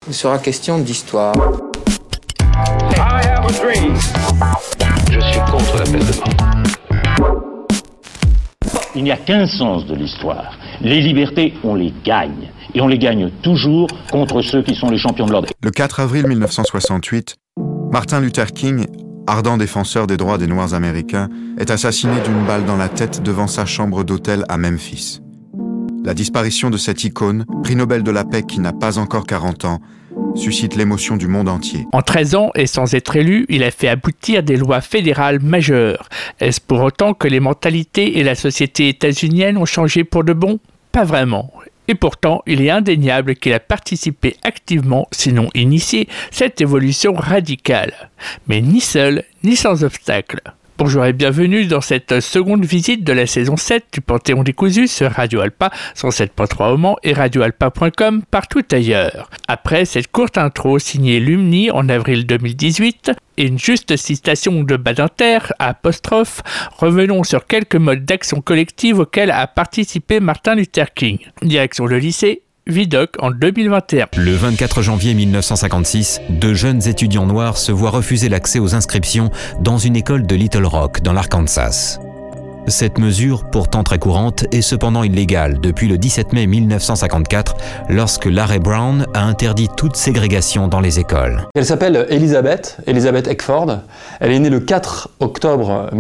Il sera question d'histoire. I have a dream. Je suis contre la peine de mort. Il n'y a qu'un sens de l'histoire. Les libertés, on les gagne. Et on les gagne toujours contre ceux qui sont les champions de l'ordre. Le 4 avril 1968, Martin Luther King, ardent défenseur des droits des Noirs américains, est assassiné d'une balle dans la tête devant sa chambre d'hôtel à Memphis. La disparition de cette icône, prix Nobel de la paix qui n'a pas encore 40 ans, suscite l'émotion du monde entier. En 13 ans et sans être élu, il a fait aboutir des lois fédérales majeures. Est-ce pour autant que les mentalités et la société états-unienne ont changé pour de bon ? Pas vraiment. Et pourtant, il est indéniable qu'il a participé activement, sinon initié, cette évolution radicale. Mais ni seul, ni sans obstacle. Bonjour et bienvenue dans cette seconde visite de la saison 7 du Panthéon décousu sur Radio Alpa 107.3 au Mans et radioalpa.com partout ailleurs. Après cette courte intro signée Lumni en avril 2018 et une juste citation de Badinter à apostrophe, revenons sur quelques modes d'action collective auxquels a participé Martin Luther King. Direction le lycée Vidocq en 2021. Le 24 janvier 1956, deux jeunes étudiants noirs se voient refuser l'accès aux inscriptions dans une école de Little Rock, dans l'Arkansas. Cette mesure, pourtant très courante, est cependant illégale depuis le 17 mai 1954, lorsque Larry Brown a interdit toute ségrégation dans les écoles. Elle s'appelle Elizabeth Eckford. Elle est née le 4 octobre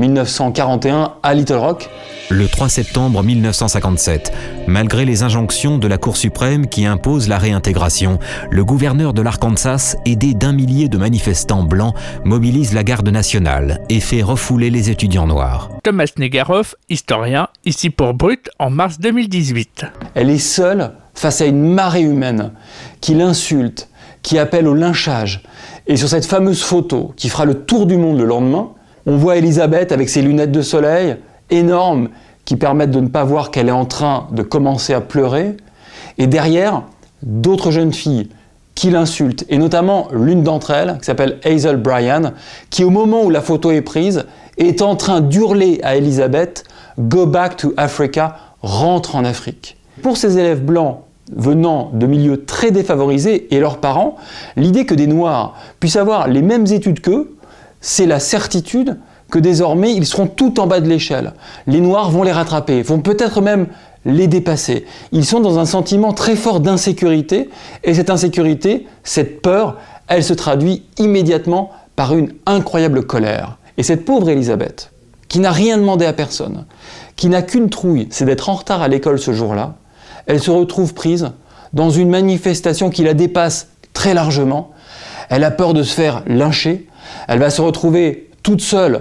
1941 à Little Rock. Le 3 septembre 1957, malgré les injonctions de la Cour suprême qui impose la réintégration, le gouverneur de l'Arkansas, aidé d'1 millier de manifestants blancs, mobilise la garde nationale et fait refouler les étudiants noirs. Thomas Negaroff, historien, ici pour Brut, en mars 2018. Elle est seule face à une marée humaine qui l'insulte, qui appelle au lynchage. Et sur cette fameuse photo qui fera le tour du monde le lendemain, on voit Elisabeth avec ses lunettes de soleil énormes qui permettent de ne pas voir qu'elle est en train de commencer à pleurer. Et derrière, d'autres jeunes filles qui l'insultent, et notamment l'une d'entre elles, qui s'appelle Hazel Bryan, qui au moment où la photo est prise, est en train d'hurler à Elisabeth « Go back to Africa », rentre en Afrique. Pour ces élèves blancs venant de milieux très défavorisés et leurs parents, l'idée que des Noirs puissent avoir les mêmes études qu'eux, c'est la certitude que désormais ils seront tout en bas de l'échelle. Les Noirs vont les rattraper, vont peut-être même les dépasser. Ils sont dans un sentiment très fort d'insécurité, et cette insécurité, cette peur, elle se traduit immédiatement par une incroyable colère. Et cette pauvre Elisabeth, qui n'a rien demandé à personne, qui n'a qu'une trouille, c'est d'être en retard à l'école ce jour-là, elle se retrouve prise dans une manifestation qui la dépasse très largement. Elle a peur de se faire lyncher, elle va se retrouver toute seule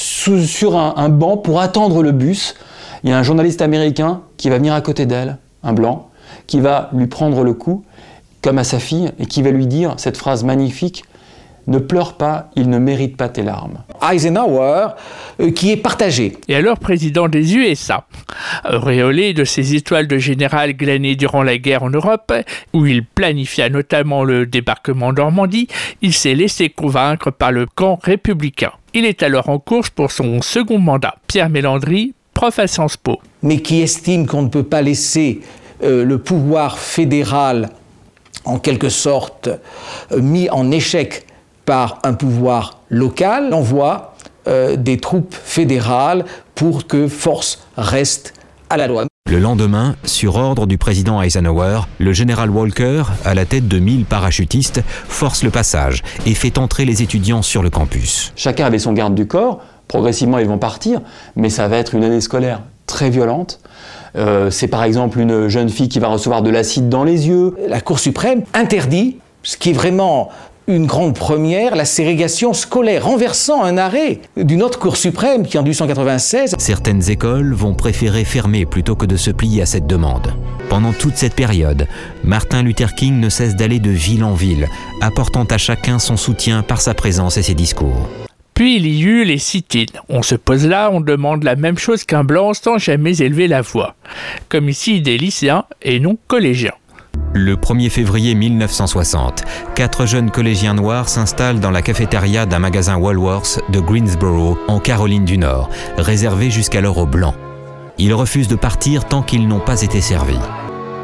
sur un banc pour attendre le bus. Il y a un journaliste américain qui va venir à côté d'elle, un blanc, qui va lui prendre le cou, comme à sa fille, et qui va lui dire cette phrase magnifique: « Ne pleure pas, il ne mérite pas tes larmes ». Eisenhower, qui est partagé. Et alors président des USA, auréolé de ses étoiles de général glanées durant la guerre en Europe, où il planifia notamment le débarquement en Normandie, il s'est laissé convaincre par le camp républicain. Il est alors en course pour son second mandat. Pierre Mélandry, prof à Sciences Po. Mais qui estime qu'on ne peut pas laisser le pouvoir fédéral, en quelque sorte, mis en échec par un pouvoir local, envoie des troupes fédérales pour que force reste à la loi. Le lendemain, sur ordre du président Eisenhower, le général Walker, à la tête de 1000 parachutistes, force le passage et fait entrer les étudiants sur le campus. Chacun avait son garde du corps, progressivement ils vont partir, mais ça va être une année scolaire très violente. C'est par exemple une jeune fille qui va recevoir de l'acide dans les yeux. La Cour suprême interdit, ce qui est vraiment une grande première, la ségrégation scolaire, renversant un arrêt d'une autre Cour suprême qui en 1896... Certaines écoles vont préférer fermer plutôt que de se plier à cette demande. Pendant toute cette période, Martin Luther King ne cesse d'aller de ville en ville, apportant à chacun son soutien par sa présence et ses discours. Puis il y eut les sit-ins. On se pose là, on demande la même chose qu'un blanc sans jamais élever la voix. Comme ici des lycéens et non collégiens. Le 1er février 1960, 4 jeunes collégiens noirs s'installent dans la cafétéria d'un magasin Woolworths de Greensboro, en Caroline du Nord, réservé jusqu'alors aux Blancs. Ils refusent de partir tant qu'ils n'ont pas été servis.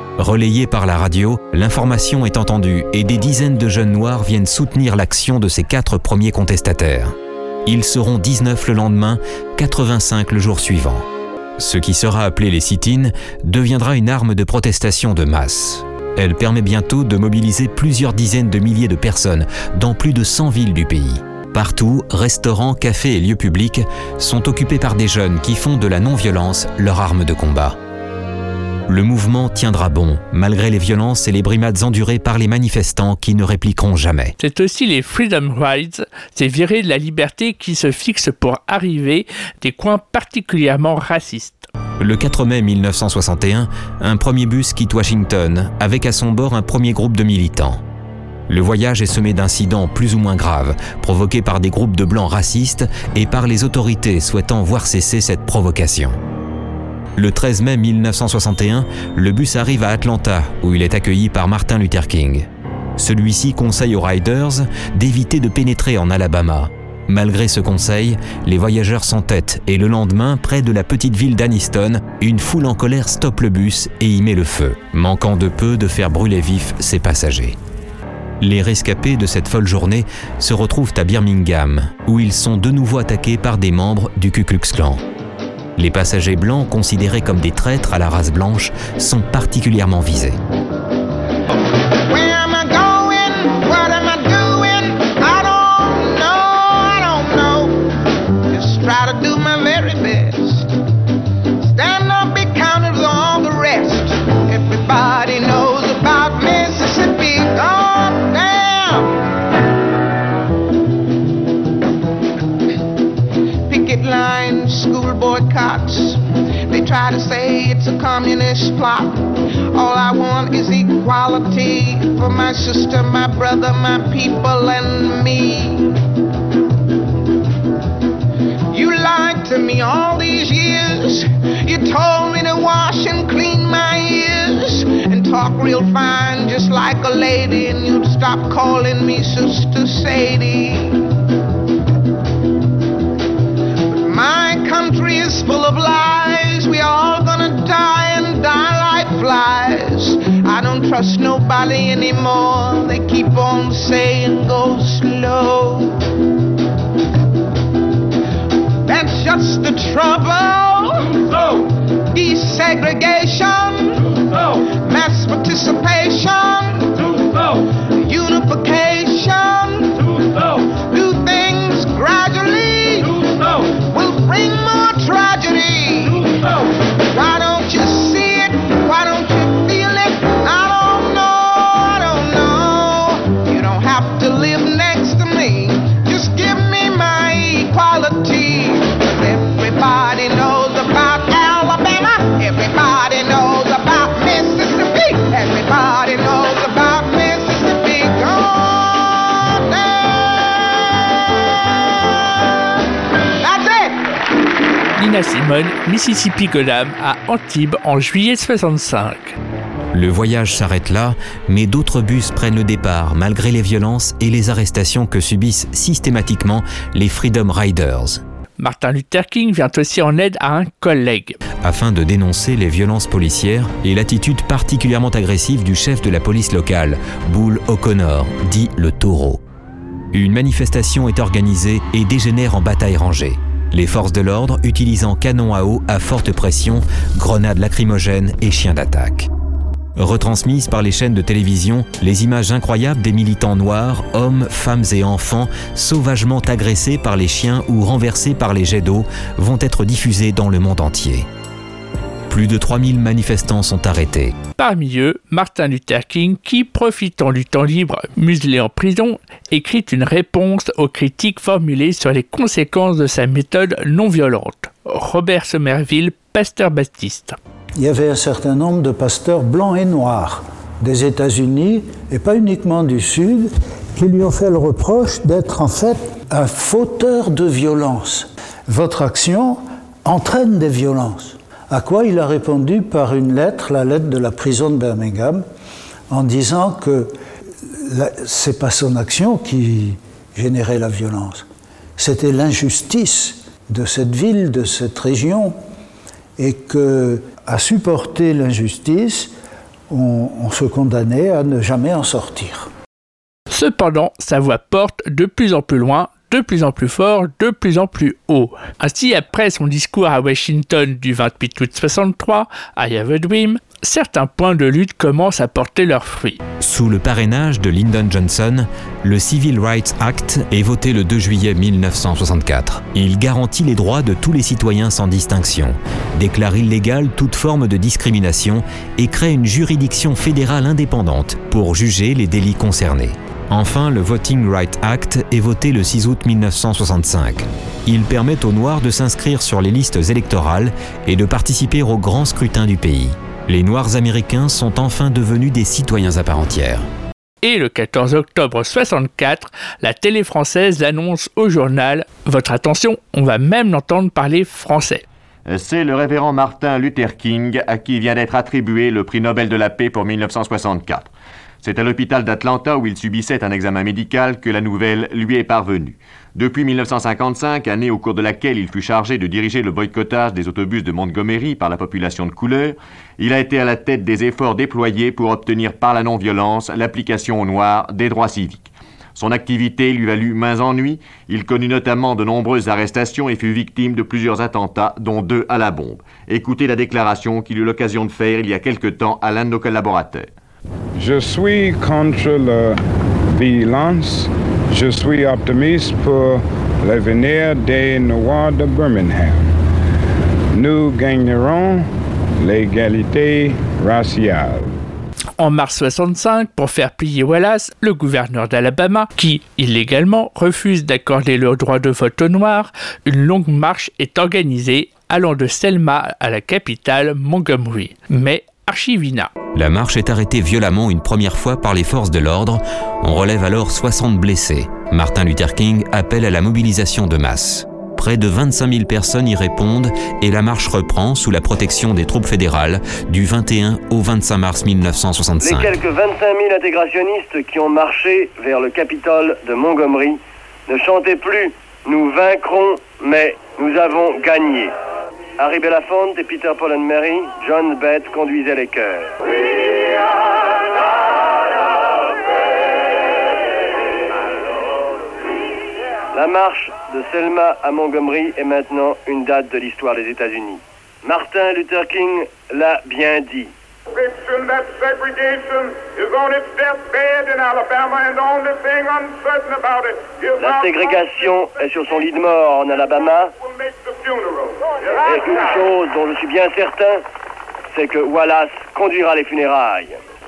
Relayée par la radio, l'information est entendue et des dizaines de jeunes noirs viennent soutenir l'action de ces 4 premiers contestataires. Ils seront 19 le lendemain, 85 le jour suivant. Ce qui sera appelé les sit-ins deviendra une arme de protestation de masse. Elle permet bientôt de mobiliser plusieurs dizaines de milliers de personnes dans plus de 100 villes du pays. Partout, restaurants, cafés et lieux publics sont occupés par des jeunes qui font de la non-violence leur arme de combat. Le mouvement tiendra bon, malgré les violences et les brimades endurées par les manifestants qui ne répliqueront jamais. C'est aussi les Freedom Rides, ces virées de la liberté qui se fixent pour arriver des coins particulièrement racistes. Le 4 mai 1961, un premier bus quitte Washington, avec à son bord un premier groupe de militants. Le voyage est semé d'incidents plus ou moins graves, provoqués par des groupes de blancs racistes et par les autorités souhaitant voir cesser cette provocation. Le 13 mai 1961, le bus arrive à Atlanta, où il est accueilli par Martin Luther King. Celui-ci conseille aux riders d'éviter de pénétrer en Alabama. Malgré ce conseil, les voyageurs s'entêtent et le lendemain, près de la petite ville d'Anniston, une foule en colère stoppe le bus et y met le feu, manquant de peu de faire brûler vifs ses passagers. Les rescapés de cette folle journée se retrouvent à Birmingham, où ils sont de nouveau attaqués par des membres du Ku Klux Klan. Les passagers blancs, considérés comme des traîtres à la race blanche, sont particulièrement visés. Boycotts. They try to say it's a communist plot. All I want is equality for my sister, my brother, my people, and me. You lied to me all these years. You told me to wash and clean my ears and talk real fine just like a lady, and you'd stop calling me Sister Sadie. My country is full of lies. We all gonna die and die like flies. I don't trust nobody anymore. They keep on saying go slow. That's just the trouble. Desegregation, mass participation, unification, do things gradually. Will bring more tragedy. Why don't you see it? Why don't you feel it? I don't know. You don't have to live next to me. Just give me my equality. 'Cause everybody knows about Alabama. Everybody knows about Mississippi. Everybody knows about Mississippi. Gone down. Nina Simone, Mississippi Goddam à Antibes en juillet 65. Le voyage s'arrête là, mais d'autres bus prennent le départ malgré les violences et les arrestations que subissent systématiquement les Freedom Riders. Martin Luther King vient aussi en aide à un collègue. Afin de dénoncer les violences policières et l'attitude particulièrement agressive du chef de la police locale, Bull O'Connor, dit le Taureau. Une manifestation est organisée et dégénère en bataille rangée. Les forces de l'ordre utilisant canons à eau à forte pression, grenades lacrymogènes et chiens d'attaque. Retransmises par les chaînes de télévision, les images incroyables des militants noirs, hommes, femmes et enfants, sauvagement agressés par les chiens ou renversés par les jets d'eau, vont être diffusées dans le monde entier. Plus de 3000 manifestants sont arrêtés. Parmi eux, Martin Luther King qui, profitant du temps libre muselé en prison, écrit une réponse aux critiques formulées sur les conséquences de sa méthode non violente. Robert Somerville, pasteur baptiste. Il y avait un certain nombre de pasteurs blancs et noirs des États-Unis, et pas uniquement du Sud, qui lui ont fait le reproche d'être en fait un fauteur de violence. Votre action entraîne des violences. À quoi il a répondu par une lettre, la lettre de la prison de Birmingham, en disant que c'est pas son action qui générait la violence, c'était l'injustice de cette ville, de cette région, et que à supporter l'injustice, on se condamnait à ne jamais en sortir. Cependant, sa voix porte de plus en plus loin, de plus en plus fort, de plus en plus haut. Ainsi, après son discours à Washington du 28 août 63, I Have a Dream, certains points de lutte commencent à porter leurs fruits. Sous le parrainage de Lyndon Johnson, le Civil Rights Act est voté le 2 juillet 1964. Il garantit les droits de tous les citoyens sans distinction, déclare illégale toute forme de discrimination et crée une juridiction fédérale indépendante pour juger les délits concernés. Enfin, le Voting Rights Act est voté le 6 août 1965. Il permet aux Noirs de s'inscrire sur les listes électorales et de participer au grand scrutin du pays. Les Noirs américains sont enfin devenus des citoyens à part entière. Et le 14 octobre 1964, la télé française l'annonce au journal « Votre attention, on va même l'entendre parler français ». C'est le révérend Martin Luther King à qui vient d'être attribué le prix Nobel de la paix pour 1964. C'est à l'hôpital d'Atlanta où il subissait un examen médical que la nouvelle lui est parvenue. Depuis 1955, année au cours de laquelle il fut chargé de diriger le boycottage des autobus de Montgomery par la population de couleur, il a été à la tête des efforts déployés pour obtenir par la non-violence l'application aux Noirs des droits civiques. Son activité lui valut maints ennuis, il connut notamment de nombreuses arrestations et fut victime de plusieurs attentats, dont 2 à la bombe. Écoutez la déclaration qu'il eut l'occasion de faire il y a quelque temps à l'un de nos collaborateurs. Je suis contre la violence. Je suis optimiste pour l'avenir des Noirs de Birmingham. Nous gagnerons l'égalité raciale. En mars 65, pour faire plier Wallace, le gouverneur d'Alabama, qui, illégalement, refuse d'accorder le droit de vote aux Noirs, une longue marche est organisée allant de Selma à la capitale, Montgomery. Mais Archivina. La marche est arrêtée violemment une première fois par les forces de l'ordre. On relève alors 60 blessés. Martin Luther King appelle à la mobilisation de masse. Près de 25 000 personnes y répondent et la marche reprend sous la protection des troupes fédérales du 21 au 25 mars 1965. Les quelques 25 000 intégrationnistes qui ont marché vers le Capitole de Montgomery ne chantaient plus « Nous vaincrons, mais nous avons gagné ». Harry Belafonte et Peter Paul and Mary, John Bett conduisaient les chœurs. La marche de Selma à Montgomery est maintenant une date de l'histoire des États-Unis. Martin Luther King l'a bien dit. La ségrégation est sur son lit de mort en Alabama. Et une chose dont je suis bien certain, c'est que Wallace conduira les funérailles.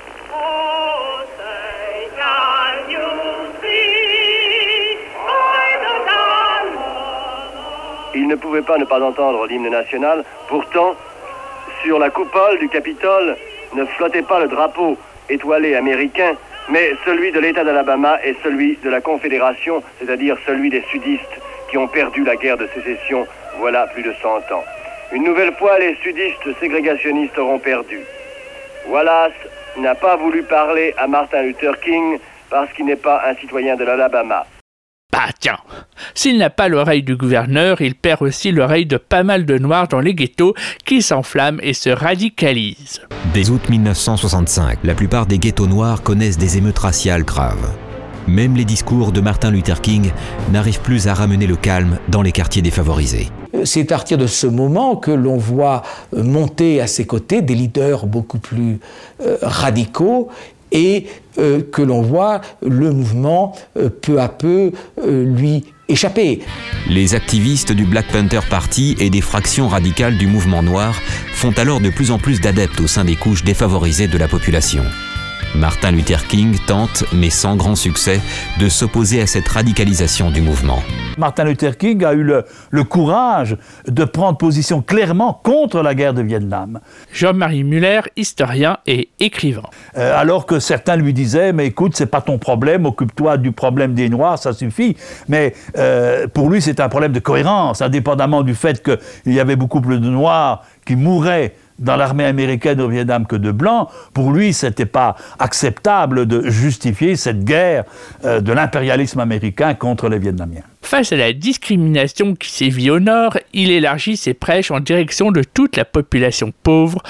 Il ne pouvait pas ne pas entendre l'hymne national. Pourtant, sur la coupole du Capitole ne flottait pas le drapeau étoilé américain, mais celui de l'État d'Alabama et celui de la Confédération, c'est-à-dire celui des sudistes qui ont perdu la guerre de sécession voilà plus de 100 ans. Une nouvelle fois, les sudistes ségrégationnistes auront perdu. Wallace n'a pas voulu parler à Martin Luther King parce qu'il n'est pas un citoyen de l'Alabama. Bah tiens, s'il n'a pas l'oreille du gouverneur, il perd aussi l'oreille de pas mal de Noirs dans les ghettos qui s'enflamment et se radicalisent. Dès août 1965, la plupart des ghettos noirs connaissent des émeutes raciales graves. Même les discours de Martin Luther King n'arrivent plus à ramener le calme dans les quartiers défavorisés. C'est à partir de ce moment que l'on voit monter à ses côtés des leaders beaucoup plus radicaux et que l'on voit le mouvement peu à peu lui échapper. Les activistes du Black Panther Party et des fractions radicales du mouvement noir font alors de plus en plus d'adeptes au sein des couches défavorisées de la population. Martin Luther King tente, mais sans grand succès, de s'opposer à cette radicalisation du mouvement. Martin Luther King a eu le courage de prendre position clairement contre la guerre de Vietnam. Jean-Marie Muller, historien et écrivain. Alors que certains lui disaient « Mais écoute, c'est pas ton problème, occupe-toi du problème des Noirs, ça suffit. » Mais pour lui, c'est un problème de cohérence, indépendamment du fait qu'il y avait beaucoup plus de Noirs qui mouraient dans l'armée américaine au Vietnam que de Blancs. Pour lui, ce n'était pas acceptable de justifier cette guerre de l'impérialisme américain contre les Vietnamiens. Face à la discrimination qui sévit au Nord, il élargit ses prêches en direction de toute la population pauvre,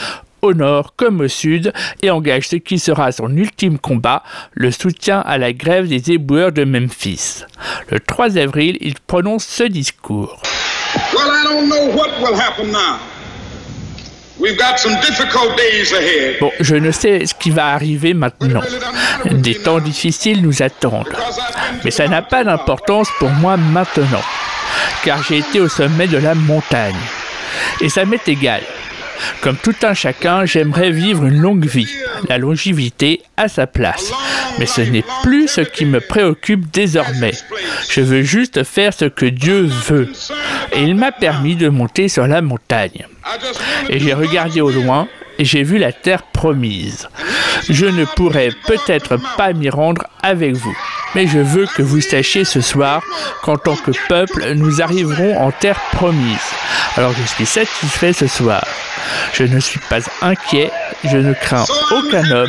au nord comme au sud et engage ce qui sera son ultime combat, le soutien à la grève des éboueurs de Memphis. Le 3 avril, il prononce ce discours. Well, I don't know what will happen now. We've got some difficult days ahead. Bon, je ne sais ce qui va arriver maintenant. Des temps difficiles nous attendent. Mais ça n'a pas d'importance pour moi maintenant, car j'ai été au sommet de la montagne. Et ça m'est égal. Comme tout un chacun, j'aimerais vivre une longue vie, la longévité à sa place. Mais ce n'est plus ce qui me préoccupe désormais. Je veux juste faire ce que Dieu veut. Et il m'a permis de monter sur la montagne. Et j'ai regardé au loin et j'ai vu la terre promise. Je ne pourrai peut-être pas m'y rendre avec vous. Mais je veux que vous sachiez ce soir qu'en tant que peuple, nous arriverons en terre promise. Alors je suis satisfait ce soir. Je ne suis pas inquiet, je ne crains aucun homme.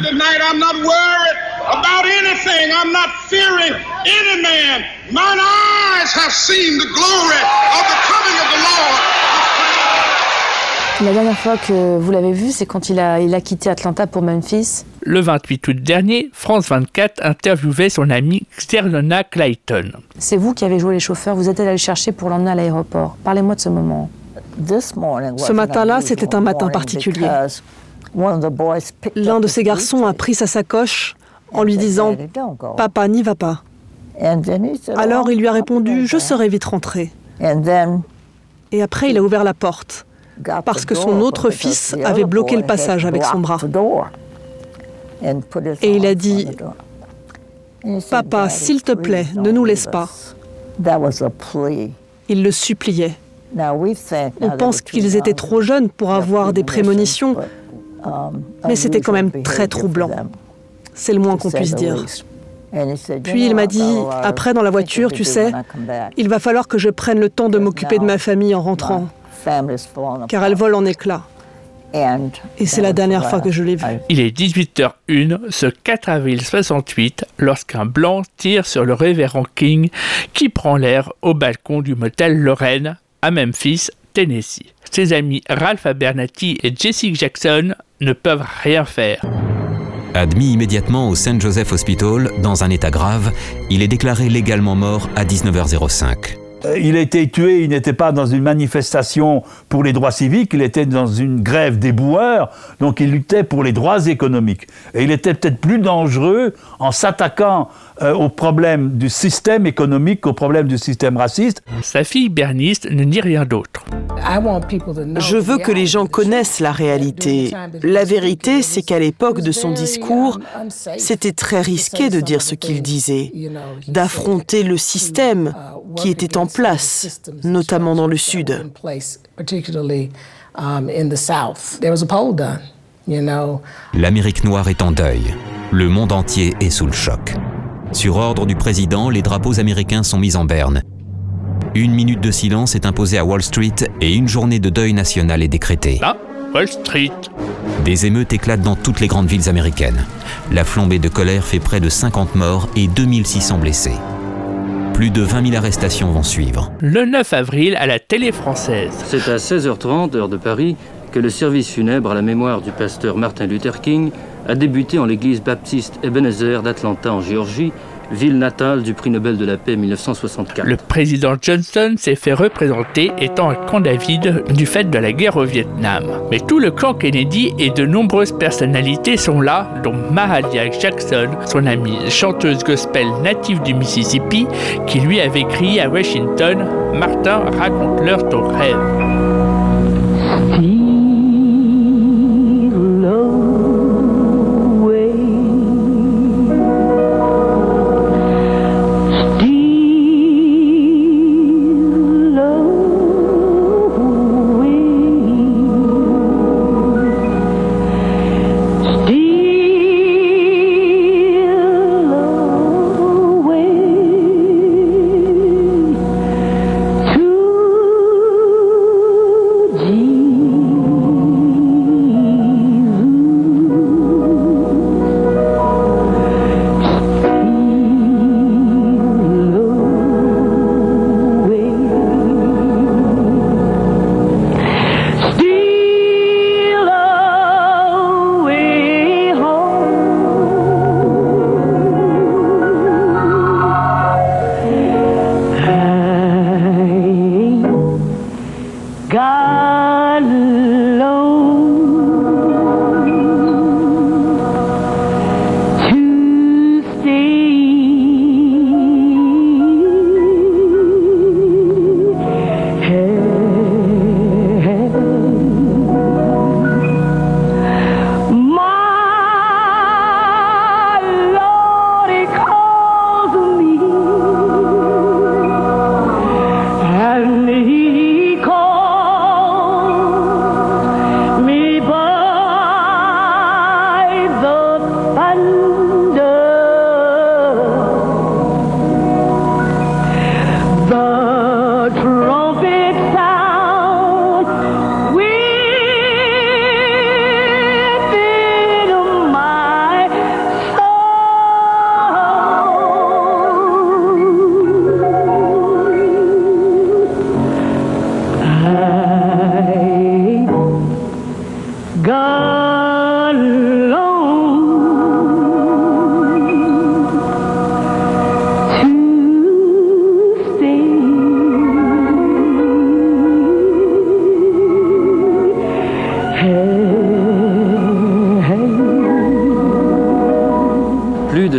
La dernière fois que vous l'avez vu, c'est quand il a quitté Atlanta pour Memphis. Le 28 août dernier, France 24 interviewait son amie Xernona Clayton. C'est vous qui avez joué les chauffeurs, vous êtes allé le chercher pour l'emmener à l'aéroport. Parlez-moi de ce moment. Ce matin-là, c'était un matin particulier. L'un de ces garçons a pris sa sacoche en lui disant « Papa, n'y va pas ». Alors il lui a répondu « Je serai vite rentré ». Et après, il a ouvert la porte, parce que son autre fils avait bloqué le passage avec son bras. Et il a dit « Papa, s'il te plaît, ne nous laisse pas ». Il le suppliait. On pense qu'ils étaient trop jeunes pour avoir des prémonitions, mais c'était quand même très troublant. C'est le moins qu'on puisse dire. Puis il m'a dit, après dans la voiture, tu sais, il va falloir que je prenne le temps de m'occuper de ma famille en rentrant, car elle vole en éclats. Et c'est la dernière fois que je l'ai vu. Il est 18h01, ce 4 avril 68, lorsqu'un blanc tire sur le révérend King qui prend l'air au balcon du motel Lorraine à Memphis, Tennessee. Ses amis Ralph Abernathy et Jesse Jackson ne peuvent rien faire. Admis immédiatement au St. Joseph Hospital, dans un état grave, il est déclaré légalement mort à 19h05. Il a été tué, il n'était pas dans une manifestation pour les droits civiques, il était dans une grève des boueurs, donc il luttait pour les droits économiques. Et il était peut-être plus dangereux en s'attaquant aux problèmes du système économique, aux problèmes du système raciste. Sa fille Bernice ne dit rien d'autre. Je veux que les gens connaissent la réalité. La vérité, c'est qu'à l'époque de son discours, c'était très risqué de dire ce qu'il disait, d'affronter le système qui était en place, notamment dans le Sud. L'Amérique noire est en deuil. Le monde entier est sous le choc. Sur ordre du président, les drapeaux américains sont mis en berne. 1 minute de silence est imposée à Wall Street et une journée de deuil national est décrétée. Là, Wall Street. Des émeutes éclatent dans toutes les grandes villes américaines. La flambée de colère fait près de 50 morts et 2600 blessés. Plus de 20 000 arrestations vont suivre. Le 9 avril, à la télé française. C'est à 16h30, heure de Paris, que le service funèbre à la mémoire du pasteur Martin Luther King a débuté en l'église baptiste Ebenezer d'Atlanta en Géorgie, ville natale du prix Nobel de la paix 1964. Le président Johnson s'est fait représenter étant un camp David du fait de la guerre au Vietnam. Mais tout le clan Kennedy et de nombreuses personnalités sont là, dont Mahalia Jackson, son amie chanteuse gospel native du Mississippi, qui lui avait crié à Washington « Martin, raconte-leur ton rêve ».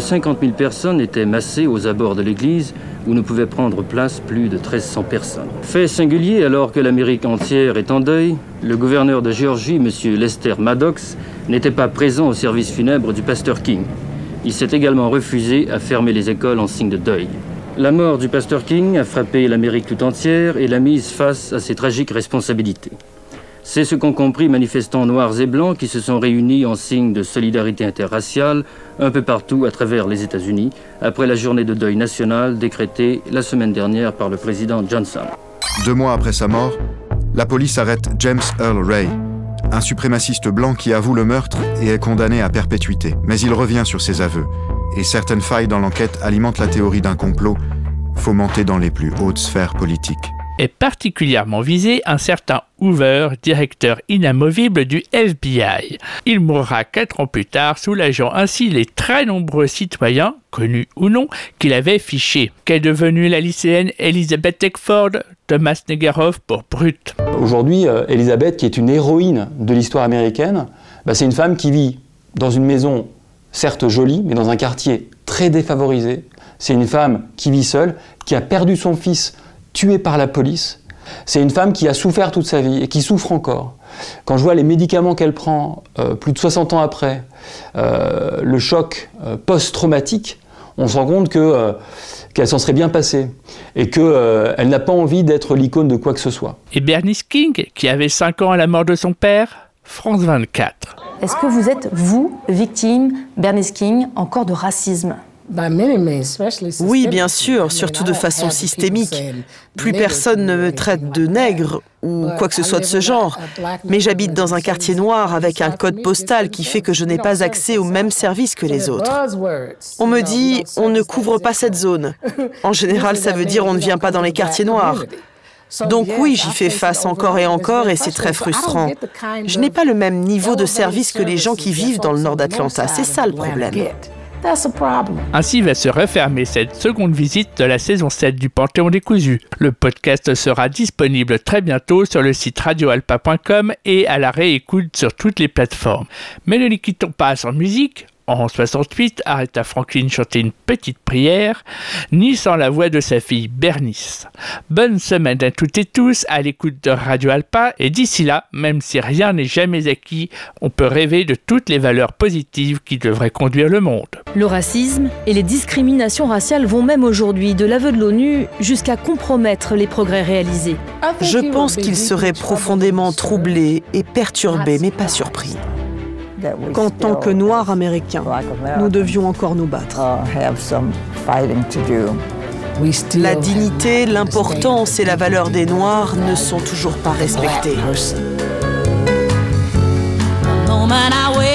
50 000 personnes étaient massées aux abords de l'église où ne pouvaient prendre place plus de 1300 personnes. Fait singulier, alors que l'Amérique entière est en deuil, le gouverneur de Géorgie, M. Lester Maddox, n'était pas présent au service funèbre du pasteur King. Il s'est également refusé à fermer les écoles en signe de deuil. La mort du pasteur King a frappé l'Amérique tout entière et l'a mise face à ses tragiques responsabilités. C'est ce qu'ont compris manifestants noirs et blancs qui se sont réunis en signe de solidarité interraciale un peu partout à travers les États-Unis après la journée de deuil national décrétée la semaine dernière par le président Johnson. 2 mois après sa mort, la police arrête James Earl Ray, un suprémaciste blanc qui avoue le meurtre et est condamné à perpétuité. Mais il revient sur ses aveux, et certaines failles dans l'enquête alimentent la théorie d'un complot fomenté dans les plus hautes sphères politiques. Est particulièrement visé un certain Hoover, directeur inamovible du FBI. Il mourra 4 ans plus tard, soulageant ainsi les très nombreux citoyens, connus ou non, qu'il avait fichés. Qu'est devenue la lycéenne Elizabeth Eckford, Thomas Negaroff pour Brut. Aujourd'hui, Elizabeth, qui est une héroïne de l'histoire américaine, c'est une femme qui vit dans une maison certes jolie, mais dans un quartier très défavorisé. C'est une femme qui vit seule, qui a perdu son fils tué par la police. C'est une femme qui a souffert toute sa vie et qui souffre encore. Quand je vois les médicaments qu'elle prend plus de 60 ans après, le choc post-traumatique, on se rend compte qu'elle s'en serait bien passée et qu'elle n'a pas envie d'être l'icône de quoi que ce soit. Et Bernice King, qui avait 5 ans à la mort de son père, France 24. Est-ce que vous êtes, vous, victime, Bernice King, encore de racisme ? Oui, bien sûr, surtout de façon systémique. Plus personne ne me traite de nègre ou quoi que ce soit de ce genre. Mais j'habite dans un quartier noir avec un code postal qui fait que je n'ai pas accès aux mêmes services que les autres. On me dit « on ne couvre pas cette zone ». En général, ça veut dire « on ne vient pas dans les quartiers noirs ». Donc oui, j'y fais face encore et c'est très frustrant. Je n'ai pas le même niveau de service que les gens qui vivent dans le nord d'Atlanta, c'est ça le problème. Ainsi va se refermer cette seconde visite de la saison 7 du Panthéon décousu. Le podcast sera disponible très bientôt sur le site radioalpa.com et à la réécoute sur toutes les plateformes. Mais ne les quittons pas sans musique. En 68, Aretha Franklin chantait une petite prière, ni sans la voix de sa fille Bernice. Bonne semaine à toutes et tous à l'écoute de Radio Alpa, et d'ici là, même si rien n'est jamais acquis, on peut rêver de toutes les valeurs positives qui devraient conduire le monde. Le racisme et les discriminations raciales vont même aujourd'hui de l'aveu de l'ONU jusqu'à compromettre les progrès réalisés. Je pense qu'il serait profondément troublé et perturbé, mais pas surpris. Qu'en tant que Noirs américains, nous devions encore nous battre. La dignité, l'importance et la valeur des Noirs ne sont toujours pas respectées.